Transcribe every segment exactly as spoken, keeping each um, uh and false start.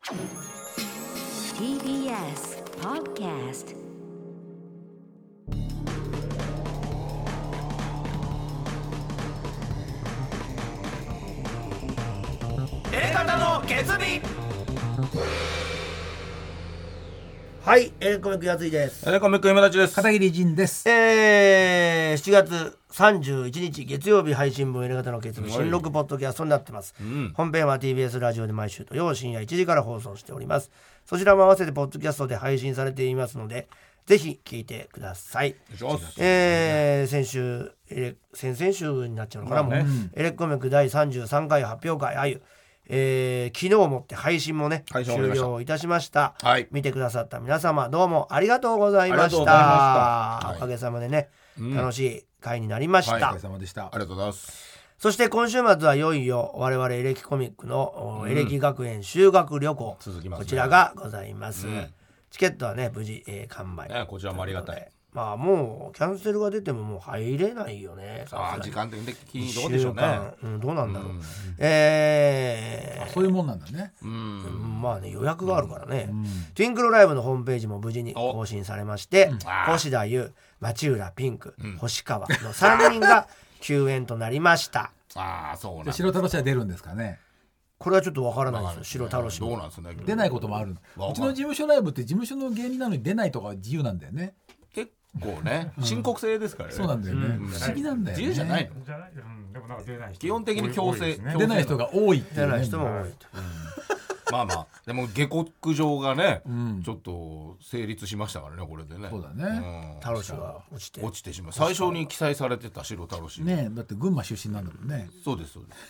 ティービーエス Podcast。 エレカタの決意。 はい、エレコミックやついです。 エレコミック山立です。 片桐仁です。 えー、しちがつさんじゅういちにち月曜日配信分エレカタの決意新録ポッドキャストになってます、うん、本編は ティービーエス ラジオで毎週土曜深夜いちじから放送しております。そちらも合わせてポッドキャストで配信されていますのでぜひ聞いてください。えー、先週エレ先々週になっちゃうのかな、まあね、もうエレコミックだいさんじゅうさんかい発表会あゆ、えー、昨日をもって配信もね終了いたしました、はい、見てくださった皆様どうもありがとうございました。 おかげさまでね、はい、楽しい会になりました、はい、おかげさまでした。ありがとうございます。そして今週末はいよいよ我々エレキコミックの、うん、エレキ学園修学旅行、ね、こちらがございます、うん、チケットはね無事、えー、完売、ね、こちらもありがたい。まあもうキャンセルが出てももう入れないよね。 ああ時間的にどうでしょうね、 うん、どうなんだろう、うん、えー、 そういうもんなんだね、 うん、まあね予約があるからね、うん、トゥインクルライブのホームページも無事に更新されまして、うん、越田優、町浦ピンク、うん、星川のさんにんが休演となりましたああそうなんだ。 白太郎氏は出るんですかね。 これはちょっとわからないですよ。白太郎氏どうなんですね。 出ないこともある。うちの事務所ライブって事務所の芸人なのに出ないとか自由なんだよね。 結構ね、うん、申告制ですからね。 そうなんだよね、うん、不思議なんだよね。 自由じゃないの。 じゃない、うん、でもなんか出ない人基本的に強制、 ね、出ない人が多いっていう、ね、 出ない人も多いと、うん、 まあまあでも下克上がね、うん、ちょっと成立しましたからねこれでね。 そうだね、 うん、太郎氏が落ちて落ちてしまう。最初に記載されてた白太郎氏ね。だって群馬出身なんだもんね。 そうですそうです。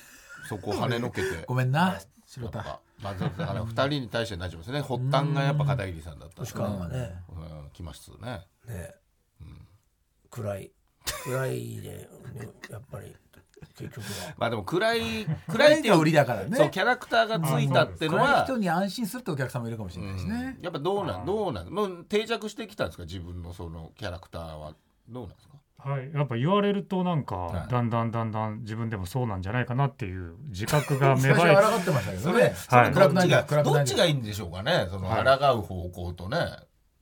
そこを跳ねのけてごめんな白太。 まあ、だからふたりに対して大丈夫ですね。発端がやっぱ片桐さんだった星川がね、 うん、来ますね。 ね、うん、暗い暗いでやっぱり結局はまあでも暗い暗いっていう売りだからね。 そうキャラクターがついたっていうのは暗い人に安心するってお客さんもいるかもしれないしね、 うん、やっぱどうなんどうなんもう定着してきたんですか自分のそのキャラクターはどうなんですか。 はい、やっぱ言われるとなんか、はい、だんだんだんだん自分でもそうなんじゃないかなっていう自覚が芽生えて最初は抗ってましたけどね。 それ、はい、どっちがどっちがいいんでしょうかね。その抗う方向とね、はい、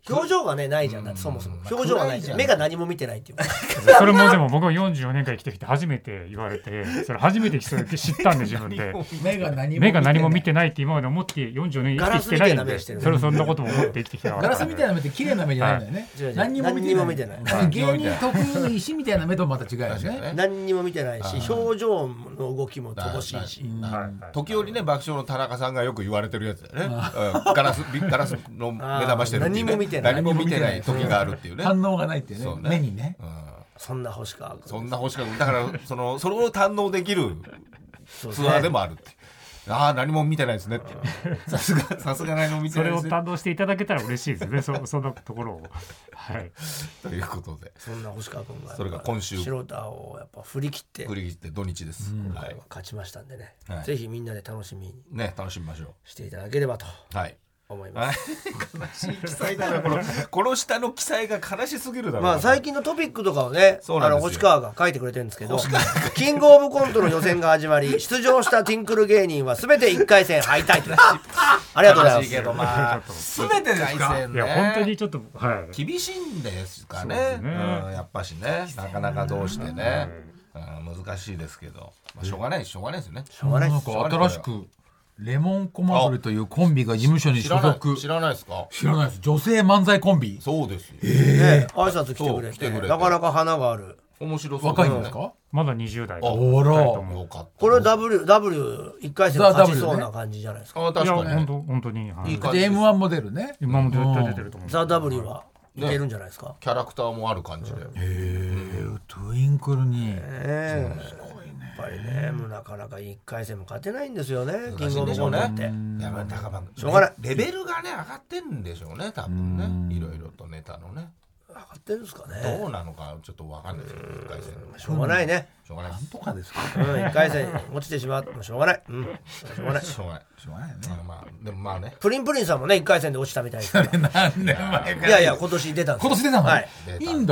表情がねないじゃん、うん、そもそも表情がないじゃん。目が何も見てないっていうそれもでも僕はよんじゅうよねんかん生きてきて初めて言われてそれ初めて知ったんで自分で目が何も目が何も見てないって今まで思ってよんじゅうよねん生きてきてないんでそれそんなことも思って生きてきたガラスみたいな目って綺麗な目じゃないんだよね、はい、何にも見てない芸人特有の石みたいな目とまた違うよね何にも見てないし表情の動きも乏しいし、 時折ね爆笑の田中さんがよく言われてるやつだよねガラスガラスの目玉してるっていう、ね、 何も見てない何も見てない時があるっていうね。 反応がないっていう ね, ね目にね、 うん、そんな星川君そんな星川君だからそのそれを堪能できるツアーでもあるってああ何も見てないですねってさすがさすが何も見てないですね。 それを堪能していただけたら嬉しいですねそ, そのところをはいということでそんな星川君がそれが今週白田をやっぱ振り切って振り切って土日です、 うんはい、勝ちましたんでね、はい、ぜひみんなで楽しみにね楽しみましょうしていただければとはい思います。 悲しい記載だなこのこの下の記載が悲しすぎるだろう。 まあ最近のトピックとかをねあの星川が書いてくれてるんですけどキングオブコントの予選が始まり出場したティンクル芸人は全ていっかい戦敗退とありがとうございます。 けどまあ全てですか、ね、 いや本当にちょっと、 はい、厳しいんですか ね, ね、うん、やっぱしねなかなかどうしてね、うん、難しいですけど、まあ、しょうがないしょうがないですよね。 しょうがないです。 なんか新しくレモンコマドリというコンビが事務所に所属。 知らないですか。 知らないです。女性漫才コンビ。 そうですよ、 えー、挨拶来てくれ て, てくれてなかなか花がある。 面白そう。 若いんですか。 まだにじゅう代。 あらよかった。 これ W ダブリューいっかい戦勝ちそうな感じじゃないですか。 あ確かに、ね、 いや本当本当に、はい、 いい感じ。エムワン も出るね。 今も絶対出てると思う。 ザ W はいけるんじゃないですか、 ね、キャラクターもある感じで。へえ、うん、トゥインクルに、 えー、すごいね。やっぱりね、もうなかなかいっかい戦も勝てないんですよね。キングオブコントって。 やばい、だからしょうがない。 レベルがね上がってんでしょうね、多分ね。いろいろとネタのね。 上がってるんですかね。 どうなのかちょっと分かんないですけど、いっかい戦。 しょうがないね。 しょうがない。 なんとかですか。 うん、いっかい戦落ちてしまってもしょうがない。うん、しょうがない。 しょうがない。しょうがないよね。まあでもまあね。 プリンプリンさんもねいっかい戦で落ちたみたいですから。 何年前か。 いやいや今年出たんです。 今年出たの。 はい。 いいんだ。 今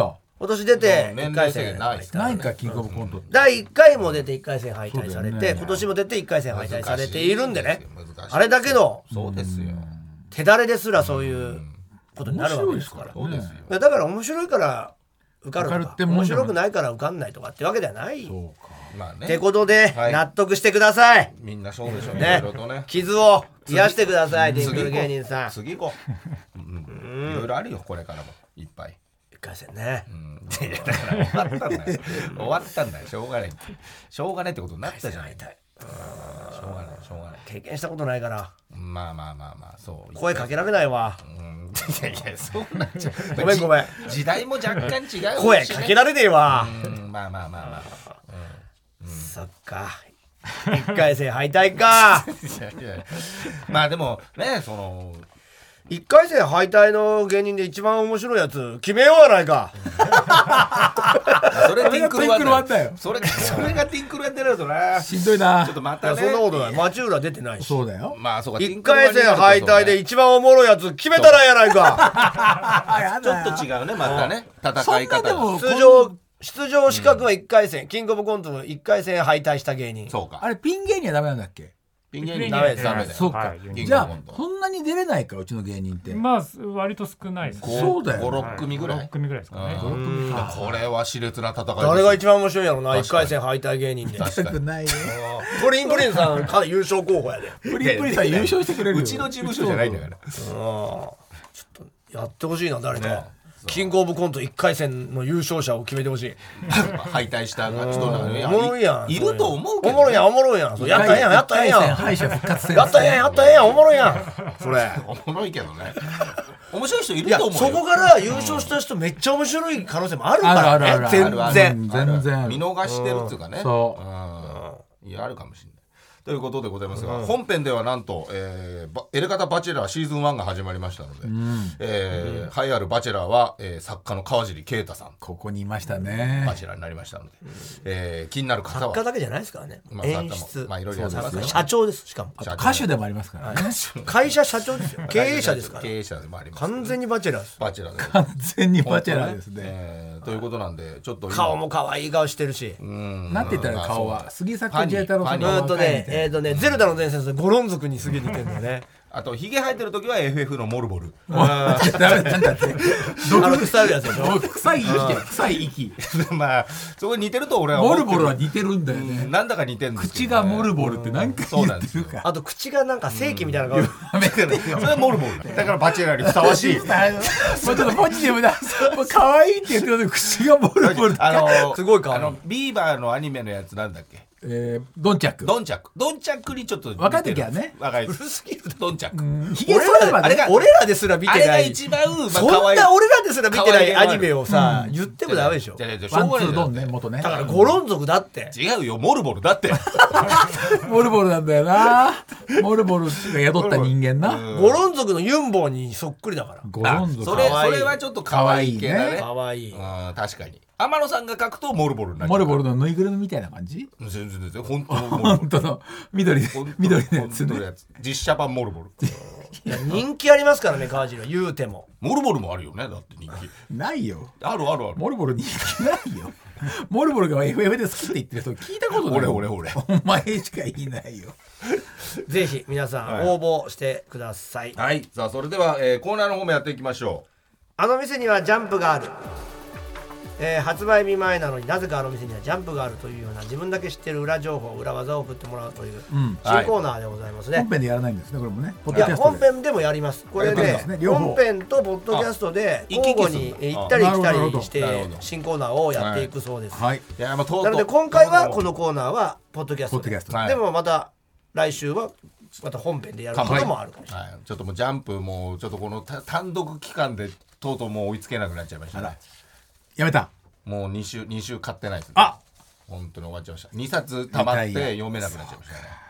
今年出て年いっかい齢制戦限ないですからねないんかキングオブコントってだいいっかいも出ていっかい戦敗退されて、 そうだよね今年も出ていっかい戦敗退されているんでね難しいですよあれだけのそうですよ手だれですらそういうことになるわけですからそうですよだから面白いから受かるとか受かるってもん面じゃない白くないから受かんないとかってわけではないそうかまあねってことではい納得してくださいみんなそうでしょうねねいろいろとね傷を癒してくださいティンクル次行こう芸人さん次行こううんいろいろあるよこれからもいっぱいいっかい戦ねうんいやだから終わったんだよ終わったんだよしょうがないしょうがないってことになったじゃないしょうがないしょうがない経験したことないからまあまあまあまあそう声かけられないわうんいやいやそうなっちゃうごめんごめんじ時代も若干違うしね声かけられねえわうんまあまあまあまあそっかいっかい戦敗退かいやいやまあでもねそのいっかい戦敗退の芸人で一番面白いやつ決めようやないかそれティンクルワンティンクルワンだよそれがそれがティンクルワンってなるとなしんどいなちょっとまいやたねそんなことない町浦出てないしそうだよまあそうかいっかい戦敗退で一番おもろいやつ決めたらやないかちょっと違うねまたね戦い方がそんなでも出場出場資格はいっかい戦、キングオブコントのいっかい戦敗退した芸人そうかあれピン芸人はダメなんだっけピン芸人ダメですダメだよそうか、 はいじゃあキングオブコントそんなに出れないかうちの芸人って、 まあ割と少ないですね。 そうだよごろっ組ぐらいごろっ組ぐらいですかね。 うんうんこれは熾烈な戦いです誰が一番面白いやろな確かにいっかい戦敗退芸人で確かにたくないよプリンプリンさんか優勝候補やでプリンプリンさん優勝してくれるようちの事務所じゃないんだからちょっとやってほしいな誰か、 ねキングオブコントいっかい戦の優勝者を決めてほしい敗退した人なのおもろいやんいると思うけどおもろいやんおもろいやんそれやったらええやんやったらええやん敗者復活戦やったらええやんやったらええやんおもろいやんそれおもろいけどね面白い人いいやると思うよそこから優勝した人めっちゃ面白い可能性もあるからあるあるあるね全あるある然全然見逃してるっていうかね、 うんそううんいやあるかもしれないということでございますが、うん、本編ではなんと、えー、エレガタバチェラーシーズンワンが始まりましたので、うんえー、栄えあるバチェラーは、えー、作家の川尻啓太さんここにいましたねバチェラーになりましたので、うんえー、気になる方は作家だけじゃないですからね、まあ、演出、 まあ、いろいろやってますね社長ですしかもあと歌手でもありますからね会社社長ですよ経営者ですから経営者でもあります、 完全にバチェラーですバチェラーで完全にバチェラーですね、 えー、ということなんでちょっと顔も可愛い顔してるしうんなんて言ったら顔は杉作 J 太郎さんのうんとねえっとねゼルダの伝説でゴロン族にすげえ似てるんだよねあとヒゲ生えてる時は エフエフ のモルボルあダメなんだっての腐るやつでしょ臭い息臭い息まあそこに似てると俺はモ思ってるルボルは似てるんだよねなんだか似てるんですけ口ど、ね、 がモルボルって何回言ってるかあと口がなんか正規みたいな顔それはモルボルだからバチェラーにふさわしいもうちょっとポジティブだもう可愛いって言ってるのに口がモルボルあのすごい顔あのビーバーのアニメのやつなんだっけえー、ドンチャックドンチャックドンチャックにちょっと似てる若い時はね若い古すぎるドンチャックヒゲ剃ればねあれが俺らですら見あれがてない一番、まあ、 そん可愛いな俺らですら見てないアニメをさ言ってもダメでしょじゃあじゃあしワンツょうがないじゃんードンね元ねだからゴロン族だって違うよモルボルだってモルボルなんだよなモルボルが宿った人間なゴロン族のユンボにそっくりだからゴロン族それ可愛いそれはちょっと可愛い系だねかわいいうん確かに天野さんが書くとモルボルになっちゃうモルボルのぬいぐるみみたいな感じ全然全然本当のモルボル本当の緑で緑のやつね本当のやつ実写版モルボルいや人気ありますからね川尻は言うてもモルボルもあるよねだって人気ないよあるあるあるモルボル人気ないよモルボルが エフエフ で好きって言ってる人聞いたことない俺俺俺お前しかいないよぜひ皆さん応募してください、 はいさあそれでは、えー、コーナーの方もやっていきましょあの店にはジャンプがある、えー発売日前なのになぜかあの店にはジャンプがあるというような自分だけ知ってる裏情報裏技を送ってもらうといううん新コーナーでございますね、 本編でやらないんですねこれもねポッいやドキャストで本編でもやりますこれやってるんでですね両方本編とポッドキャストであ交互に行き来するんだ行ったり来たあなるほどりしてなるほど新コーナーをやっていくそうです、 はい、 ういやまあとうとうなので今回はこのコーナーはポッドキャストでポッドキャストはいでもまた来週はまた本編でやることもあるかもしれない、 はい、ちょっともうジャンプもちょっとこのた単独期間でとうとうもう追いつけなくなっちゃいましたねやめたもうに週に週買ってないですねあ本当に終わっちゃいましたにさつ溜まって見たいや読めなくなっちゃいましたね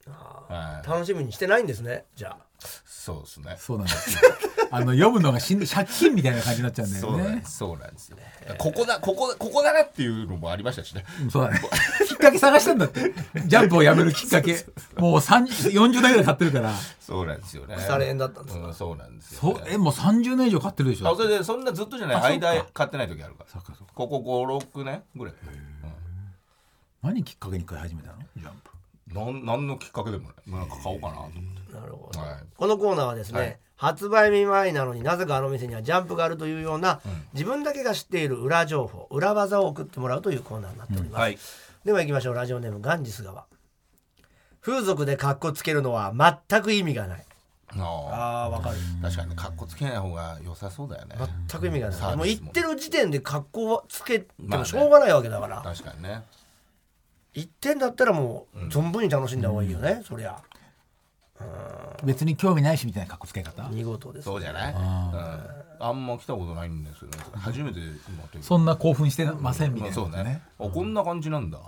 はい、 楽しみにしてないんですね。じゃあそうですね。 そうなんですよあの読むのがしんどい借金みたいな感じになっちゃうんだよね。 そうなんですよ。ここだここここだなっていうのもありましたしね。 そうだねきっかけ探したんだってジャンプをやめるきっかけもうさんじゅう、よんじゅうねんぐらい買ってるから。 そうなんですよね。 腐れ縁だったんですか、 うん、そうなんですよ、ね、 そえもうさんじゅうねん以上買ってるでしょ。 あそれでそんなずっとじゃない間買ってない時あるから。そうかそうか。ここごろくねんぐらい、うん、 何きっかけに買い始めたのジャンプ。 なん何のきっかけでもない。なんか買おうかなと思って。 なるほど、 はい、 このコーナーはですね、はい、発売日前なのになぜかあの店にはジャンプがあるというような、うん、自分だけが知っている裏情報裏技を送ってもらうというコーナーになっております、うんはい、では行きましょう。ラジオネームガンジス川。風俗でカッコつけるのは全く意味がない。ああ分かる。 確かにカッコつけない方が良さそうだよね。 全く意味がない。もう言ってる時点でカッコつけてもしょうがないわけだから、 まあね、確かにね。 言ってんだったらもう存分に楽しんだ方がいいよね、うん、そりゃ。 うん別に興味ないしみたいなカッコつけ方見事です、ね、 そうじゃない。あ,、うん、あんま来たことないんですよね。初めて今というそんな興奮してませんみたいな、 うん、そうね。あこんな感じなんだ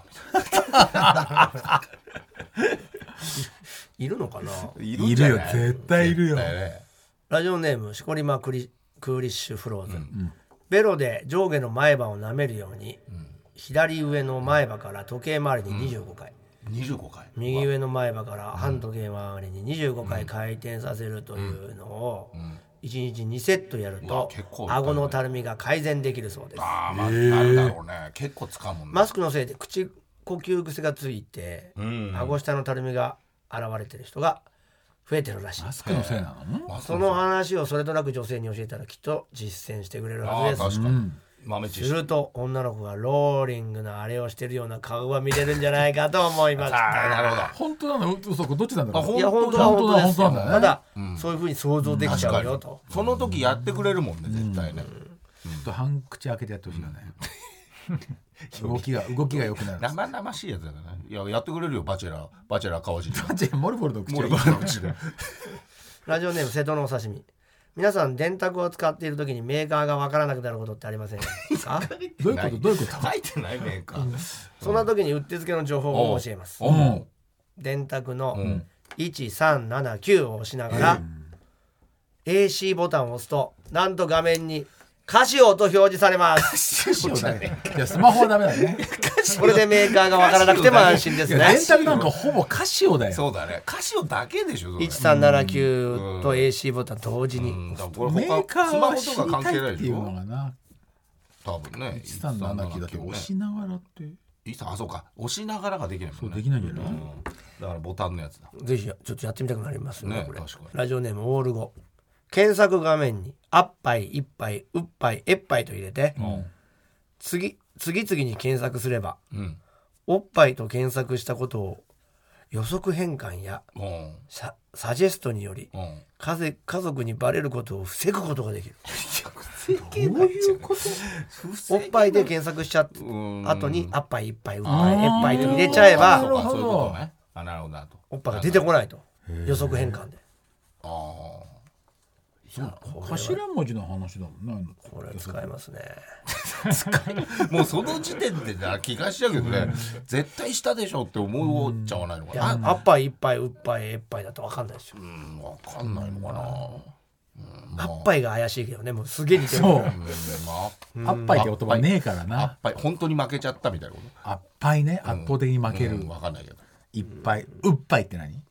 いるのかな。 いるよ絶対いるよ、 ね、ラジオネームシコリマクリクーリッシュフローズ、うん、ベロで上下の前歯を舐めるように、うん、左上の前歯から時計回りににじゅうごかい、 うん、にじゅうごかい右上の前歯から半時計回りににじゅうごかい回転させるというのをいちにちにセットやると、うん、顎のたるみが改善できるそうです。 あ、まあ、なるだろうね。結構使うもんね。 マスクのせいで口呼吸癖がついて、うん、顎下のたるみが現れてる人が増えてるらしい。 マスクのせいなの？ その話をそれとなく女性に教えたらきっと実践してくれるはずです。 確かに、うん豆知識。すると女の子がローリングのあれをしてるような顔が見れるんじゃないかと思いました。 なるほど。 本当なの嘘どっちなんだろう。 いや本当は本当ですよ。 本当なんだね。 ただ、うん、そういう風に想像できちゃうよと。 その時やってくれるもんね絶対ね。 ちょっと半口開けてやってほしいよね。動きが動きが良くなる。 生々しいやつだからね。いややってくれるよバチェラーバチェラー川尻。 バチェラーモルボルの口。モルボルの口で。 ラジオネーム瀬戸のお刺身。皆さん電卓を使っている時にメーカーが分からなくなることってありませんか？ どういうことどういうこと？ 書いてないメーカー、うん、 そんな時にうってつけの情報を教えます。電卓のいちさんななきゅうを押しながら、うん、エーシー ボタンを押すとなんと画面にカシオと表示されます。 いやスマホはダメだね。 これでメーカーが分からなくても安心ですね。 電卓なんかほぼカシオだよ。 そうだね。カシオだけでしょ。 いちさんななきゅうと エーシー ボタン同時に。 メーカーは知りたいっていうのがな。 多分ね。 いちさんななきゅうだけ押しながらって。 あそうか押しながらができないもんね。 そうできないんじゃない。 だからボタンのやつだ。 ぜひちょっとやってみたくなりますね。 これラジオネームオールゴ。検索画面にあっぱいいっぱいうっぱいえっぱいと入れて、うん、次次々に検索すれば、うん、おっぱいと検索したことを予測変換や、うん、サ, サジェストにより、うん、家, 家族にバレることを防ぐことができる。 どういうこと？ おっぱいで検索しちゃった後にあっぱいいっぱいうっぱいえっぱいと入れちゃえば、 そうそういうことね。あなるほどなと。 おっぱいが出てこないと予測変換で。 ああ。 頭文字の話だもんね。 これ使えますね。 もうその時点でな気がしちゃうけどね、うん、絶対下でしょって思っちゃわないのかな。 あっぱいいっぱいうっぱいえっぱいだと分かんないですよ。 うん分かんないのかな、 うん、あっぱいが怪しいけどね。もうすげえ似てる。そう、 うん、あっぱいって言葉ねえからな。 あっぱい本当に負けちゃったみたいなこと。 あっぱいね、圧倒的に負ける、 うんうん、分かんないけど。 いっぱいうっぱいって何？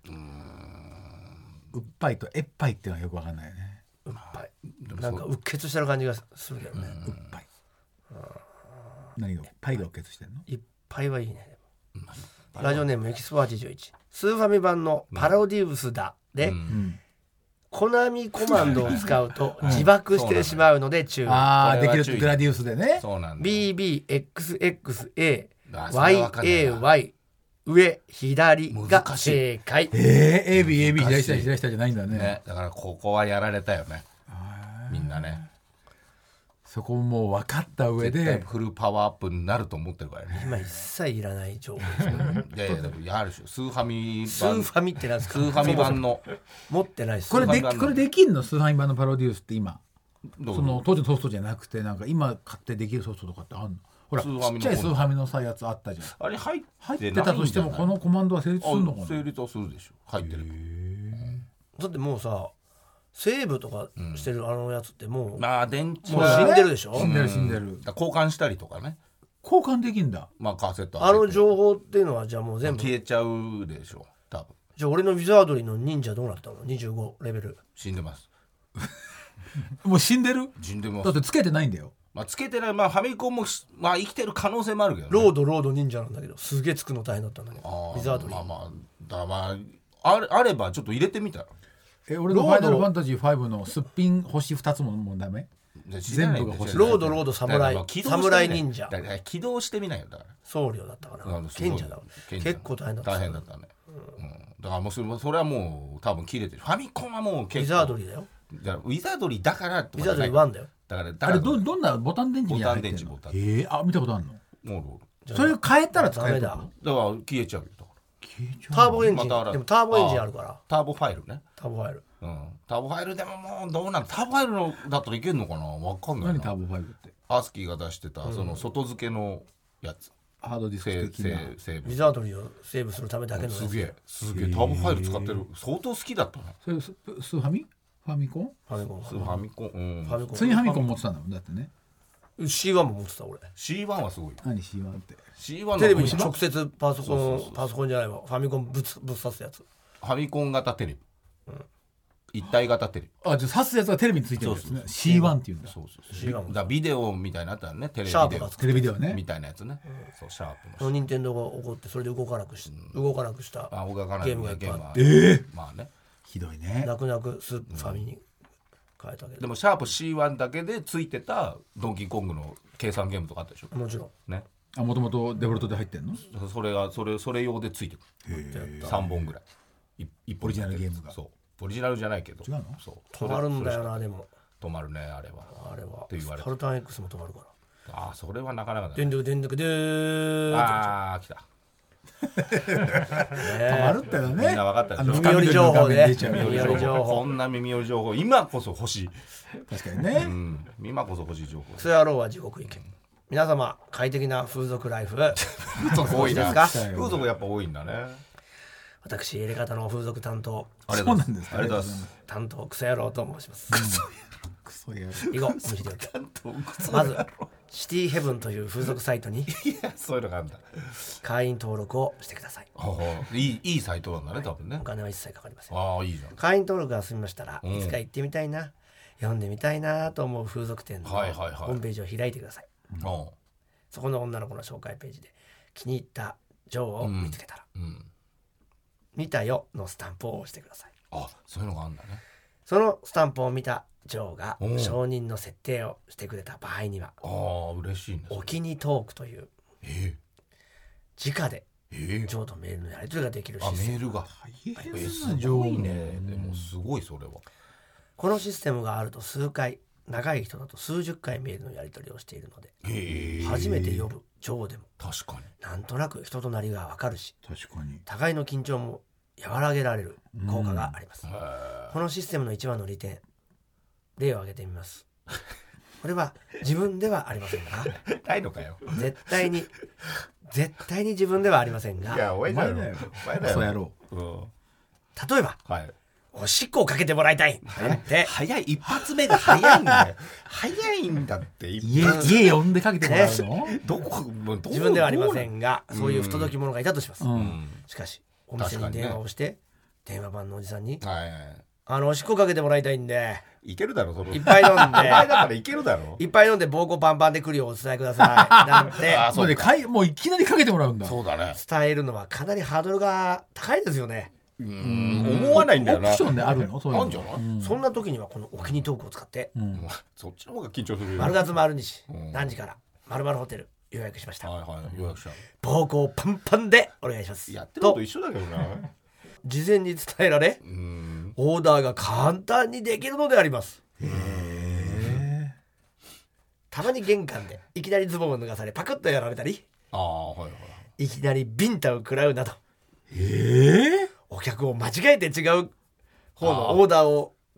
うっぱいとえっぱいってのはよくわかんないよね。 うっぱいなんかうっ血してる感じがするけどね。 うっぱい何がパイがうっ血してんの？ いっぱいはいいね。ラジオネームエキスポはちじゅういち。スーファミ版のパロディウスだで、うん、コナミコマンドを使うと自爆してしまうので注意。 ああできるグラディウスでね。 そうなんだ。 ビービーエックスエックスエーワイエーワイ上左が正解。 えー、エービーエービー 左下左下じゃないんだ ね, ねだからここはやられたよねみんなね。 そこも分かった上で絶対フルパワーアップになると思ってるからね。 今一切いらない情報ですよね。 いやいやでもやるでしょ。スーファミ版スーファミってなんですか？ スーファミ版の持ってないです。 これでこれできんの？スーファミ版のパロディウスって今その当時のソフトじゃなくてなんか今買ってできるソフトとかってあるの？ ほらちっちゃいスーファミのさやつあったじゃん。 あれ入って入ってたとしてもこのコマンドは成立するのかな。 成立はするでしょ入ってる。 だってもうさセーブとかしてるあのやつってもう、 まあ電池もう死んでるでしょ。 死んでる死んでる。 交換したりとかね。 交換できんだ。 まあカセットあの情報っていうのはじゃあもう全部消えちゃうでしょ多分。 じゃあ俺のウィザードリーの忍者どうなったの？にじゅうごレベル死んでます。 もう死んでる？ 死んでます。 だってつけてないんだよ。 まあつけてない。まあファミコンもまあ生きてる可能性もあるけどね。 ロードロード忍者なんだけどすげえつくの大変だったんだけどウィザードリー。 まあまあだからまああれあればちょっと入れてみたら。 え俺のファイナルファンタジーファイブのすっぴん星ふたつももうダメ？全部が欲しい。 ロードロード侍侍忍者だから起動してみないよ。だから僧侶だったかな。賢者だ。結構大変だった。 大変だったね、うんうん、だからもうそれ、それはもう多分切れてる。ファミコンはもう結構ウィザードリーだよ。 ウィザードリーだからウィザードリーワンだよ。 だからあれ ど, どんなボタン電池に入ってるの？ボタン電池。えー、あ見たことあるの？ もうそれ変えたら使えるだ。 だから消えちゃうよ。 ターボエンジン、ま、でもターボエンジンあるからターボファイルね。 ターボファイル、 うん、ターボファイルでももうどうなんターボファイルのだったらいけるのかな分かんないな。 何ターボファイルって？ アスキーが出してた、うん、その外付けのやつハードディスク的なセーブウィザードリーをセーブするためだけのやつ。 すげえすげえターボファイル使ってる。相当好きだったね。 それススーファミファミコンファミコンスーファミコン、うん、 ファミコン普通にファミコン持ってたんだもんだってね。 シーワン も持ってた俺。 シーワン はすごい。 何 シーワン って？ シーワンテレビに直接パソコンそうそうそうパソコンじゃないわファミコンぶつぶっ刺すやつ。 ファミコン型テレビ、うん、一体型テレビ。 あじゃあ刺すやつがテレビについてるんですね。 シーワン っていうんだ。 そうそうそう シーワン だビデオみたいになったらね。テレビシャープがテレビデオねみたいなやつね、うん、そうシャープの任天堂が怒ってそれで動かなくし、うん、動かなくしたあ動かないゲームがいっぱいあって、 えー、 まあねひどいね。 泣く泣くスーファミに変えたけど、 でもシャープ シーワン だけでついてたドンキーコングの計算ゲームとかあったでしょ。 もちろんね。 あもともとデフォルトで入ってんの？ それがそれそれ用でついてくる。さんぼんぐらいいオリジナルゲームが。 そうオリジナルじゃないけど違うの？ そう止まるんだよな。でも止まるねあれは。 あれはって言われてスパルタン X も止まるから。 ああそれはなかなかだ、ね、 電力電力でーああ来た止まるってのね。 みんな分かったでしょ。 耳寄り情報ね。 耳寄り情報。こんな耳寄り情報今こそ欲しい。 確かにね、 うん、今こそ欲しい情報。 クソ野郎は地獄行け。皆様快適な風俗ライフ風俗多いな。 ですか？ 風俗やっぱ多いんだね。 私入れ方の風俗担当ありがとうございます。ありがとうございます。 担当クソ野郎と申します。 クソクソ野郎。 以後見せておけ。まずシティヘブンという風俗サイトにいやそういうのがあるんだ。 会員登録をしてください。 いいいいサイトなんだね多分ね。 お金は一切かかりません。 ああいいじゃん。 会員登録が済みましたら、うん、いつか行ってみたいな読んでみたいなと思う風俗店のホームページを開いてください。はいはいはい、そこの女の子の紹介ページで気に入ったジョーを見つけたら、うんうん、見たよのスタンプを押してください。 あそういうのがあるんだね。 そのスタンプを見たジョーが承認の設定をしてくれた場合には、 あ嬉しいね。 お気にトークという、えー、直でジョーとメールのやり取りができるシステム。 あメールが大変なすごいね。でもすごいそれは。 このシステムがあると数回長い人だと数十回メールのやり取りをしているので、えー、初めて呼ぶジョーでも確かになんとなく人となりがわかるし、 確かに互いの緊張も和らげられる効果があります、うん、このシステムの一番の利点、例を挙げてみます。これは自分ではありませんがないのかよ。 絶対に絶対に自分ではありませんが、 いやお前だよお前だよそうやろう、 うん、例えば、はい、おしっこをかけてもらいたいって早い一発目が早いんだよ早いんだって家, 家呼んでかけてもらうの、 ね、どこど自分ではありませんがそういう不届き者がいたとします、うん、しかしお店に電話をして、ね、電話番のおじさんに、はいはい、あのおしっこかけてもらいたいんでいけるだろそのいっぱい飲んでお前だからいけるだろいっぱい飲んで膀胱パンパンで来るようお伝えくださいなんてあそうでかいもういきなりかけてもらうんだ。 そうだね。 伝えるのはかなりハードルが高いですよね。 うーん思わないんだよな。 オプションであるの？そういうのあんじゃない、うん、 そんな時にはこのお気にトークを使って、うん、 そっちの方が緊張するよ。 丸月丸日、うん、何時から丸々ホテル予約しました。 はいはい予約した。 膀胱パンパンでお願いします。 やってること一緒だけどな。 事前に伝えられ、うんオーダーが簡単にできるのであります。へーたまに玄関でいきなりズボンを脱がされパクッとやられたり、あ、はいはい、いきなりビンタを食らうなど、へーお客を間違えて違う方のオーダーを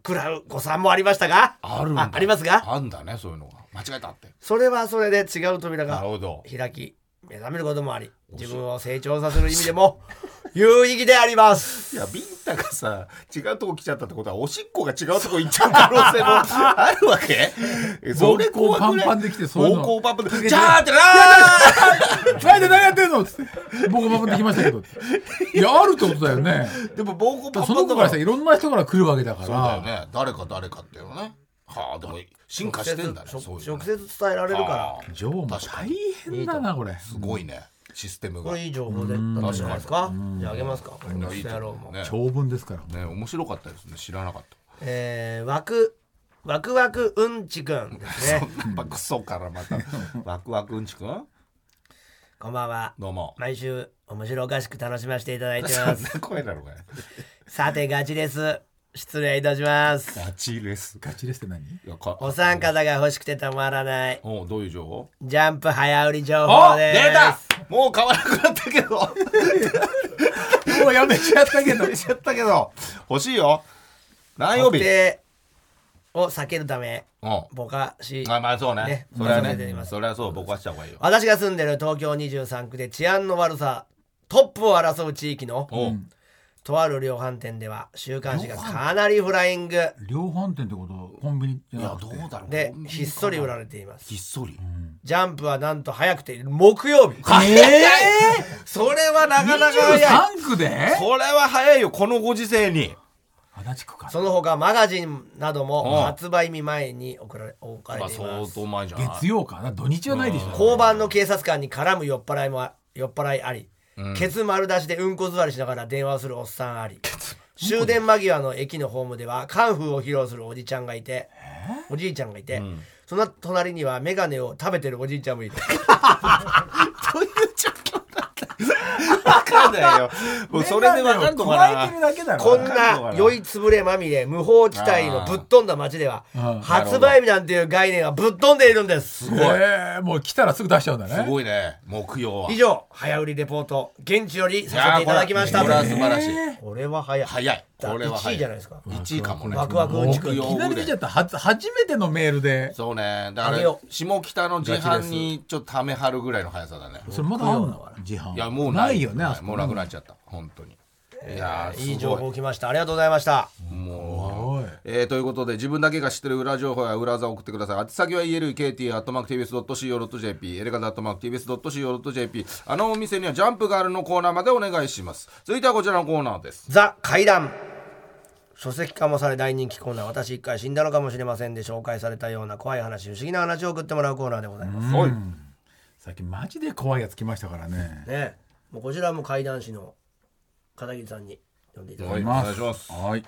食らう誤算もありましたが、 あるんだ。 あ、ありますが、 あんだね、そういうのが。間違えたって。 それはそれで違う扉がなるほど。 開き目覚めることもあり、自分を成長させる意味でも有意義であります。 いや、ビンタがさ、違うとこ来ちゃったってことは、おしっこが違うとこ行っちゃう可能性もあるわけ。それ怖くない？ 膀胱パンパンできて、そういうの膀胱パンパンで、じゃーってなー何で何やってんのつって膀胱パンパンできましたけど、いや、あるってことだよね。 でも膀胱パンパンだから、 その子からさ、いろんな人から来るわけだから。 そうだよね。誰か誰かっていうのね。はあ、でも進化してんだね。 直そういう直接伝えられるから。 ジョーも大変だな、これ。 すごいね。システムが。 これいい情報でだったんじゃないですか。じゃああげますか。これのいいと野郎も。 ね。 長文ですからね、面白かったですね。知らなかった。 えー、ワクワクワクうんちくんですね。 そんなクソからまたワクワクうんちくん。 こんばんは。 どうも。 毎週面白おかしく楽しませていただいてます。 そんな声だろうが。 さてガチです。失礼いたします。 ガチレス。 ガチレスって何？ お三方が欲しくてたまらない。 お、どういう情報？ ジャンプ早売り情報です。 出た。もう買わなくなったけど。 もうやめちゃったけど。 やめちゃったけど。欲しいよ。何曜日？ 特定を避けるため。 うん。 ぼかし。 あ、まあそうね。 ねそれはね。それはそう、ぼかした方がいいよ。 私が住んでる東京にじゅうさん区で治安の悪さトップを争う地域の。 うん。 とある量販店では週刊誌がかなりフライング。 量販店ってことコンビニじゃなくて。 いや、どうだろう。 でひっそり売られています。 ひっそり、うん、 ジャンプはなんと早くて木曜日。 早い、えー、それはなかなか早い。 にじゅうさん区でそれは早いよ、このご時世に。 足立区か。 その他マガジンなども発売日前に送られ置かれています。 相当前じゃない。 月曜か土日はないでしょ。 交番の警察官に絡む酔っ払いも酔っ払いあり、うん、ケツ丸出しでうんこ座りしながら電話するおっさんあり、終電間際の駅のホームではカンフーを披露するおじちゃんがいて、おじいちゃんがいて、うん、その隣にはメガネを食べてるおじいちゃんもいて。どういう状況だった分かんないよ。もうそれで分かるのかな。こんな酔いつぶれまみれ無法地帯のぶっ飛んだ街では発売日なんていう概念がぶっ飛んでいるんです。 すごい、 えー、もう来たらすぐ出しちゃうんだね。 すごいね。木曜は以上早売りレポート現地よりさせていただきました。 これは素晴らしい。 これは早い早い。これは早い。 いちいじゃないですか。 いちいかもね。 ワクワクうんちく。 いきなり出ちゃった。は初めてのメールで。 そうね。だから下北の自販にちょっとためはるぐらいの速さだね。 それまだあるの？自販。 いやもうないよね。 もうなくなっちゃった。本当に。 いやいい情報来ました。ありがとうございました。 もう、えー、ということで自分だけが知ってる裏情報や裏技を送ってください。宛先は イーエルケーティー アットマーク ティービーエス ドット シーオー ドット ジェーピー エレガタ アットマーク ティービーエス ドット シーオー ドット ジェーピー あのお店にはジャンプがあるのコーナーまでお願いします。続いてはこちらのコーナーです。 ザ怪談。書籍化もされ大人気コーナー、私一回死んだのかもしれませんで紹介されたような怖い話、不思議な話を送ってもらうコーナーでございます。 はい。 さっきマジで怖いやつ来ましたからね。 ね、もうこちらも怪談師の片桐さんに呼んでいただきます。 はい、お願いします。 はい。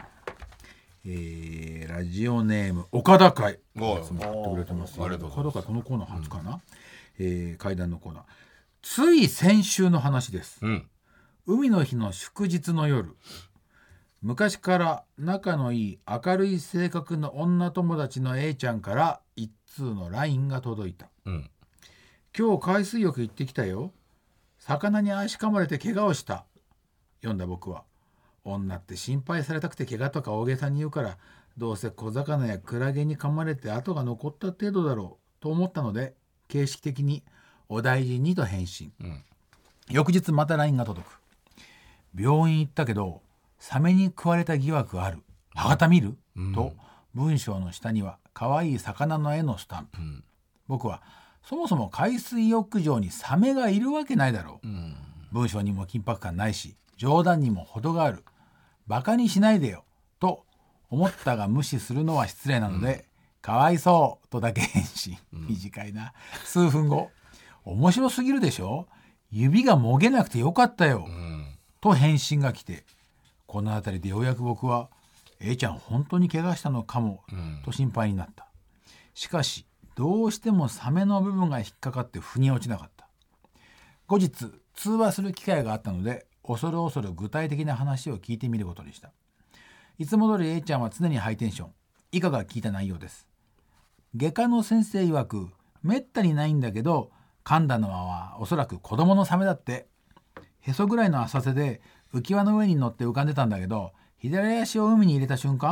えー、ラジオネーム岡田会。 おい、 いつもやってくれてます。 ありがとうございます。 岡田会このコーナー初かな。うん、えー、怪談のコーナー。つい先週の話です。 うん、 海の日の祝日の夜。昔から仲のいい明るい性格の女友達の A ちゃんから一通の ライン が届いた、 うん、 今日海水浴行ってきたよ。魚に足噛まれて怪我をした。読んだ僕は、女って心配されたくて怪我とか大げさに言うから、どうせ小魚やクラゲに噛まれて跡が残った程度だろうと思ったので、形式的にお大事にと返信、うん、翌日また ライン が届く。病院行ったけどサメに食われた疑惑ある。歯型見る、うん、と文章の下には可愛い魚の絵のスタンプ、うん、僕はそもそも海水浴場にサメがいるわけないだろう、うん、文章にも緊迫感ないし冗談にも程がある。バカにしないでよと思ったが無視するのは失礼なので、うん、かわいそうとだけ返信、うん、短いな。数分後、面白すぎるでしょ、指がもげなくてよかったよ、うん、と返信が来て、この辺りでようやく僕は A ちゃん本当に怪我したのかも、うん、と心配になった。しかしどうしてもサメの部分が引っかかって腑に落ちなかった。後日通話する機会があったので、恐る恐る具体的な話を聞いてみることにした。いつも通り A ちゃんは常にハイテンション。以下が聞いた内容です。外科の先生曰く、めったにないんだけど噛んだのはおそらく子供のサメだって。へそぐらいの浅瀬で浮き輪の上に乗って浮かんでたんだけど、左足を海に入れた瞬間、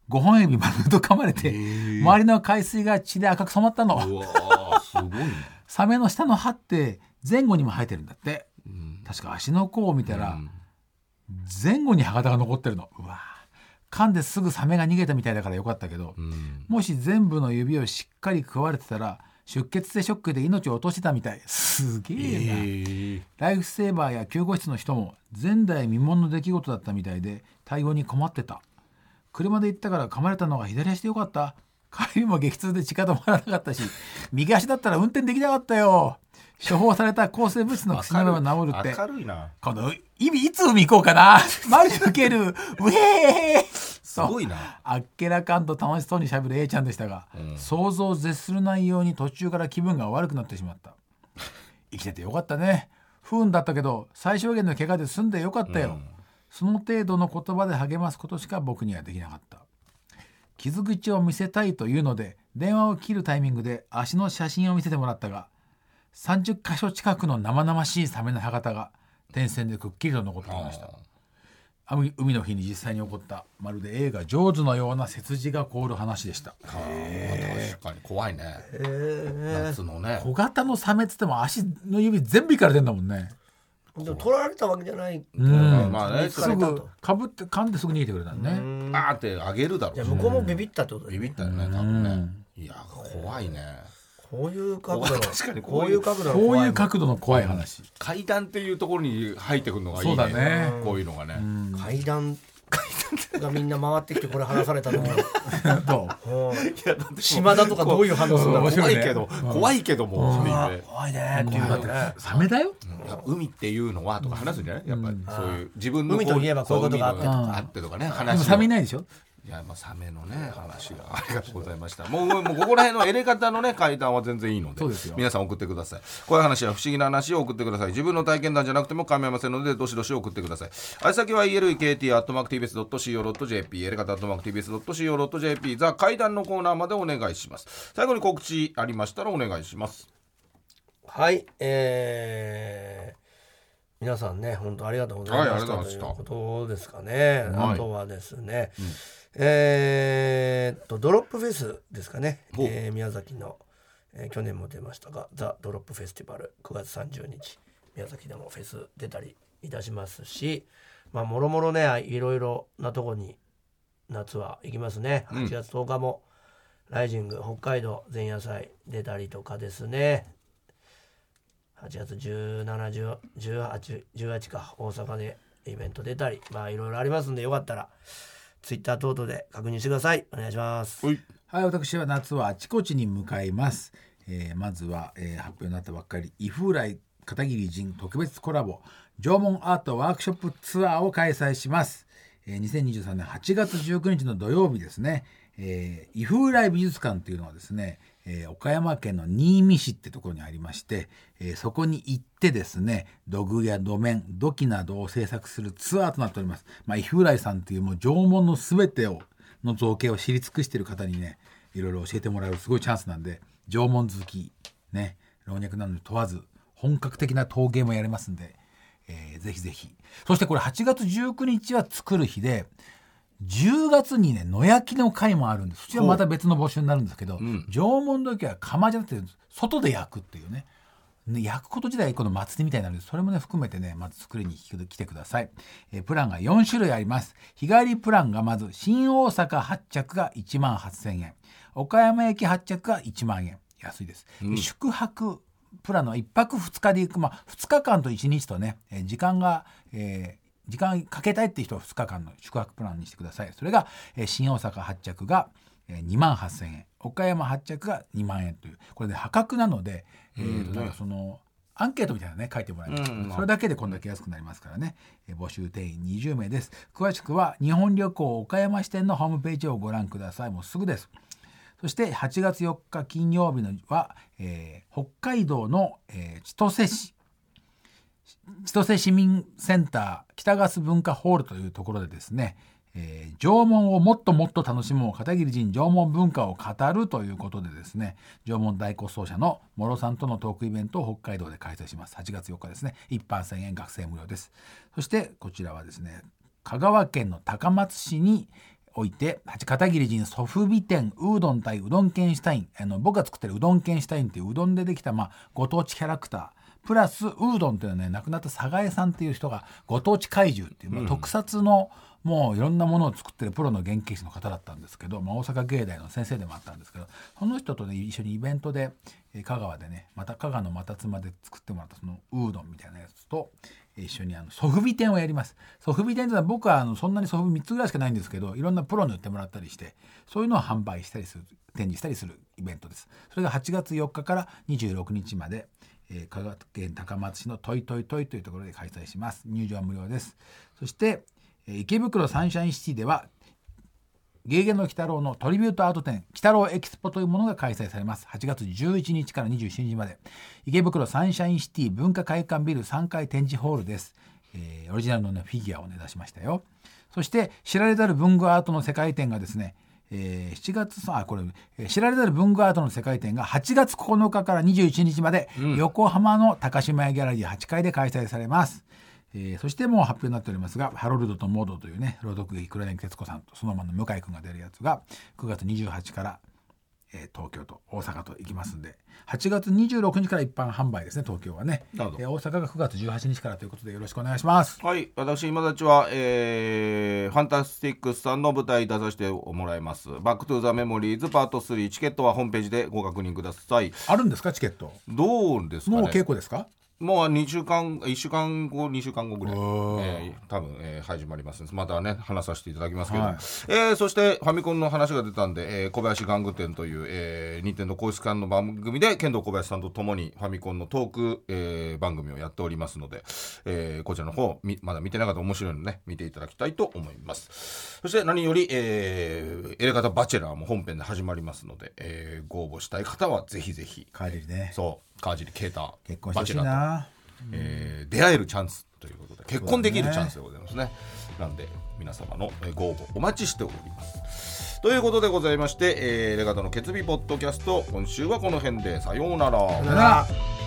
ごほん指丸ごと噛まれて周りの海水が血で赤く染まったの。 うわすごいね。 サメの下の歯って前後にも生えてるんだって、 うん、 確か足の甲を見たら、 うん、 前後に歯型が残ってるの。うわ噛んですぐサメが逃げたみたいだからよかったけど、うん、もし全部の指をしっかり食われてたら出血性ショックで命を落としてたみたい。すげえな、えー、ライフセーバーや救護室の人も前代未聞の出来事だったみたいで対応に困ってた。車で行ったから噛まれたのが左足でよかった。帰りも激痛で血が止まらなかったし右足だったら運転できなかったよ。処方された抗生物質の薬飲めば治るって。 明るいな。 今度意味いつ海行こうかなマジウケるウェーすごいな。 あっけらかんと楽しそうにしゃべる A ちゃんでしたが、うん、想像を絶する内容に途中から気分が悪くなってしまった。生きててよかったね。不運だったけど最小限の怪我で済んでよかったよ、うん、その程度の言葉で励ますことしか僕にはできなかった。傷口を見せたいというので電話を切るタイミングで足の写真を見せてもらったがさんじゅっかしょ近くの生々しいサメの歯型が点線でくっきりと残っていました。海の日に実際に起こったまるで映画ジョーズのような背筋が凍る話でした。 確かに怖いね。夏のね小型のサメっつっても足の指全部いかれてんだもんね。 でも取られたわけじゃない、 うん、まあね、すぐかぶって噛んですぐ逃げてくれたんね。 あーってあげるだろう。 じゃあ向こうもビビったってことだよね。 ビビったよね多分ね。いや怖いね。 こういう角度の確かにこういう角度のこういう角度の怖い話。 階段っていうところに入ってくるのがいいね。 そうだね。 こういうのがね。 階段がみんな回ってきてこれ話されたのどう島田とかどういう反応するんだろう。 怖いけど怖いけども怖いねっていうのね。 サメだよ。 海っていうのはとか話すんじゃない。やっぱりそういう自分の海といえばこういうことがあってとかあってとかね話。 でもサメいないでしょ。 いやまあサメのね話がありがとうございました。もうもうここら辺のエレ方のね階段は全然いいの で, そうですよ。 皆さん送ってください。こういう話や不思議な話を送ってください。自分の体験談じゃなくても構いませんのでどしどし送ってください。宛先は イーエルイーケーティー アットマーク ティービーエス ドット シーオー ドット ジェーピー エレカタ アットマーク ティービーエス ドット シーオー ドット ジェーピー ザ階段のコーナーまでお願いします。最後に告知ありましたらお願いします。 はい、えー皆さんね本当ありがとうございました、はい、ということですかね、はい、あとはですね、うん、えー、っとドロップフェスですかね、えー、宮崎の、えー、去年も出ましたがザ・ドロップフェスティバルくがつさんじゅうにち宮崎でもフェス出たりいたしますし、まあもろもろねいろいろなとこに夏は行きますね。はちがつとおかもライジング北海道前夜祭出たりとかですね。はちがつじゅうしち、じゅうはち、じゅうはちか大阪でイベント出たりまあいろいろありますんでよかったらツイッター等々で確認してください。お願いします。 はい、はい、私は夏はあちこちに向かいます。えー、まずは、えー、発表になったばっかり伊風来片桐仁特別コラボ縄文アートワークショップツアーを開催します。えー、にせんにじゅうさんねんはちがつじゅうくにちの土曜日ですね。えー、伊風来美術館というのはですね、えー、岡山県の新見市ってところにありまして、えー、そこに行ってですね土偶や土面土器などを制作するツアーとなっております。まあ、伊風来さんっていうもう縄文のすべてをの造形を知り尽くしている方にねいろいろ教えてもらえるすごいチャンスなんで縄文好きね老若男女問わず本格的な陶芸もやれますんで、えー、ぜひぜひ。そしてこれはちがつじゅうくにちは作る日でじゅうがつにね野焼きの会もあるんです。そちらまた別の募集になるんですけど、うん、縄文土器は窯じゃなくて外で焼くっていうね焼くこと自体この祭りみたいになるんでそれもね含めてねまず作りに来てください。えー、プランがよんしゅるいあります。日帰りプランがまず新大阪発着がいちまんはっせんえん岡山駅発着がいちまんえん安いです。うん、宿泊プランのいっぱくふつかで行く、まあ、ふつかかんといちにちとね、えー、時間が、えー時間かけたいっていう人はふつかかんの宿泊プランにしてください。それが、えー、新大阪発着が、えー、にまんはっせんえん岡山発着がにまんえんというこれで、ね、破格なので、えーと、なんかそのアンケートみたいなのね書いてもらえます、うん、それだけでこんだけ安くなりますからね、えー、募集定員にじゅうめいです。詳しくは日本旅行岡山支店のホームページをご覧ください。もうすぐです。そしてはちがつよっか金曜日のは、えー、北海道の、えー、千歳市千歳市民センター北ガス文化ホールというところでですね、えー、縄文をもっともっと楽しもう片桐仁縄文文化を語るということでですね縄文大骨奏者の諸さんとのトークイベントを北海道で開催します。はちがつよっかですね。一般せんえん学生無料です。そしてこちらはですね香川県の高松市において片桐仁ソフビ店ウードン対うどんケンシュタイン、あの僕が作ってるうどんケンシュタインっていううどんでできた、まあ、ご当地キャラクタープラスウードンっていうのはね、亡くなった寒河江さんっていう人がご当地怪獣っていう、まあ、特撮のもういろんなものを作ってるプロの原型師の方だったんですけど、まあ、大阪芸大の先生でもあったんですけど、その人とね一緒にイベントで香川でね、また香川の又妻で作ってもらったそのウードンみたいなやつと一緒にあのソフビ店をやります。ソフビ店ってのは僕はあのそんなにソフビみっつぐらいしかないんですけど、いろんなプロに売ってもらったりして、そういうのを販売したりする、展示したりするイベントです。それがはちがつよっかからにじゅうろくにちまで、えー、香川県高松市のトイトイトイというところで開催します。入場は無料です。そして、えー、池袋サンシャインシティではゲーゲの鬼太郎のトリビュートアート展鬼太郎エキスポというものが開催されます。はちがつじゅういちにちからにじゅうしちにちまで池袋サンシャインシティ文化会館ビルさんかい展示ホールです。えー、オリジナルの、ね、フィギュアを、ね、出しましたよ。そして知られざる文具アートの世界展がですね、えー、しちがつあこれ、えー、知られざる文具アートの世界展がはちがつここのかからにじゅういちにちまで、うん、横浜の高島屋ギャラリーはちかいで開催されます。えー、そしてもう発表になっておりますが、ハロルドとモードというね朗読劇黒柳徹子さんとそのままの向井くんが出るやつがくがつにじゅうはちにちから、えー、東京と大阪と行きますんで、はちがつにじゅうろくにちから一般販売ですね。東京はね、えー、大阪がくがつじゅうはちにちからということでよろしくお願いします。 はい、私今立ちは、えー、ファンタスティックスさんの舞台出させてもらいますバックトゥザメモリーズパートスリー、チケットはホームページでご確認ください。 あるんですかチケット？ どうですかね。 もう稽古ですか？ もうにしゅうかんいっしゅうかんごにしゅうかんごぐらい、えー、多分、えー、始まりますのでまたね話させていただきますけど、はい、えー、そしてファミコンの話が出たんで、えー、小林玩具店という、えー、任天堂公式館の番組で剣道小林さんとともにファミコンのトーク、えー、番組をやっておりますので、えー、こちらの方まだ見てなかったら面白いので、ね、見ていただきたいと思います。そして何より、えー、エレガタバチェラーも本編で始まりますので、えー、ご応募したい方はぜひぜひ帰れるね。 そう川尻啓太結婚してほしいな、 えー、出会えるチャンスということで結婚できるチャンスでございますね。なんで皆様のご応募お待ちしておりますということでございまして、えー、レガタの決意ポッドキャスト今週はこの辺でさようなら。 さようなら。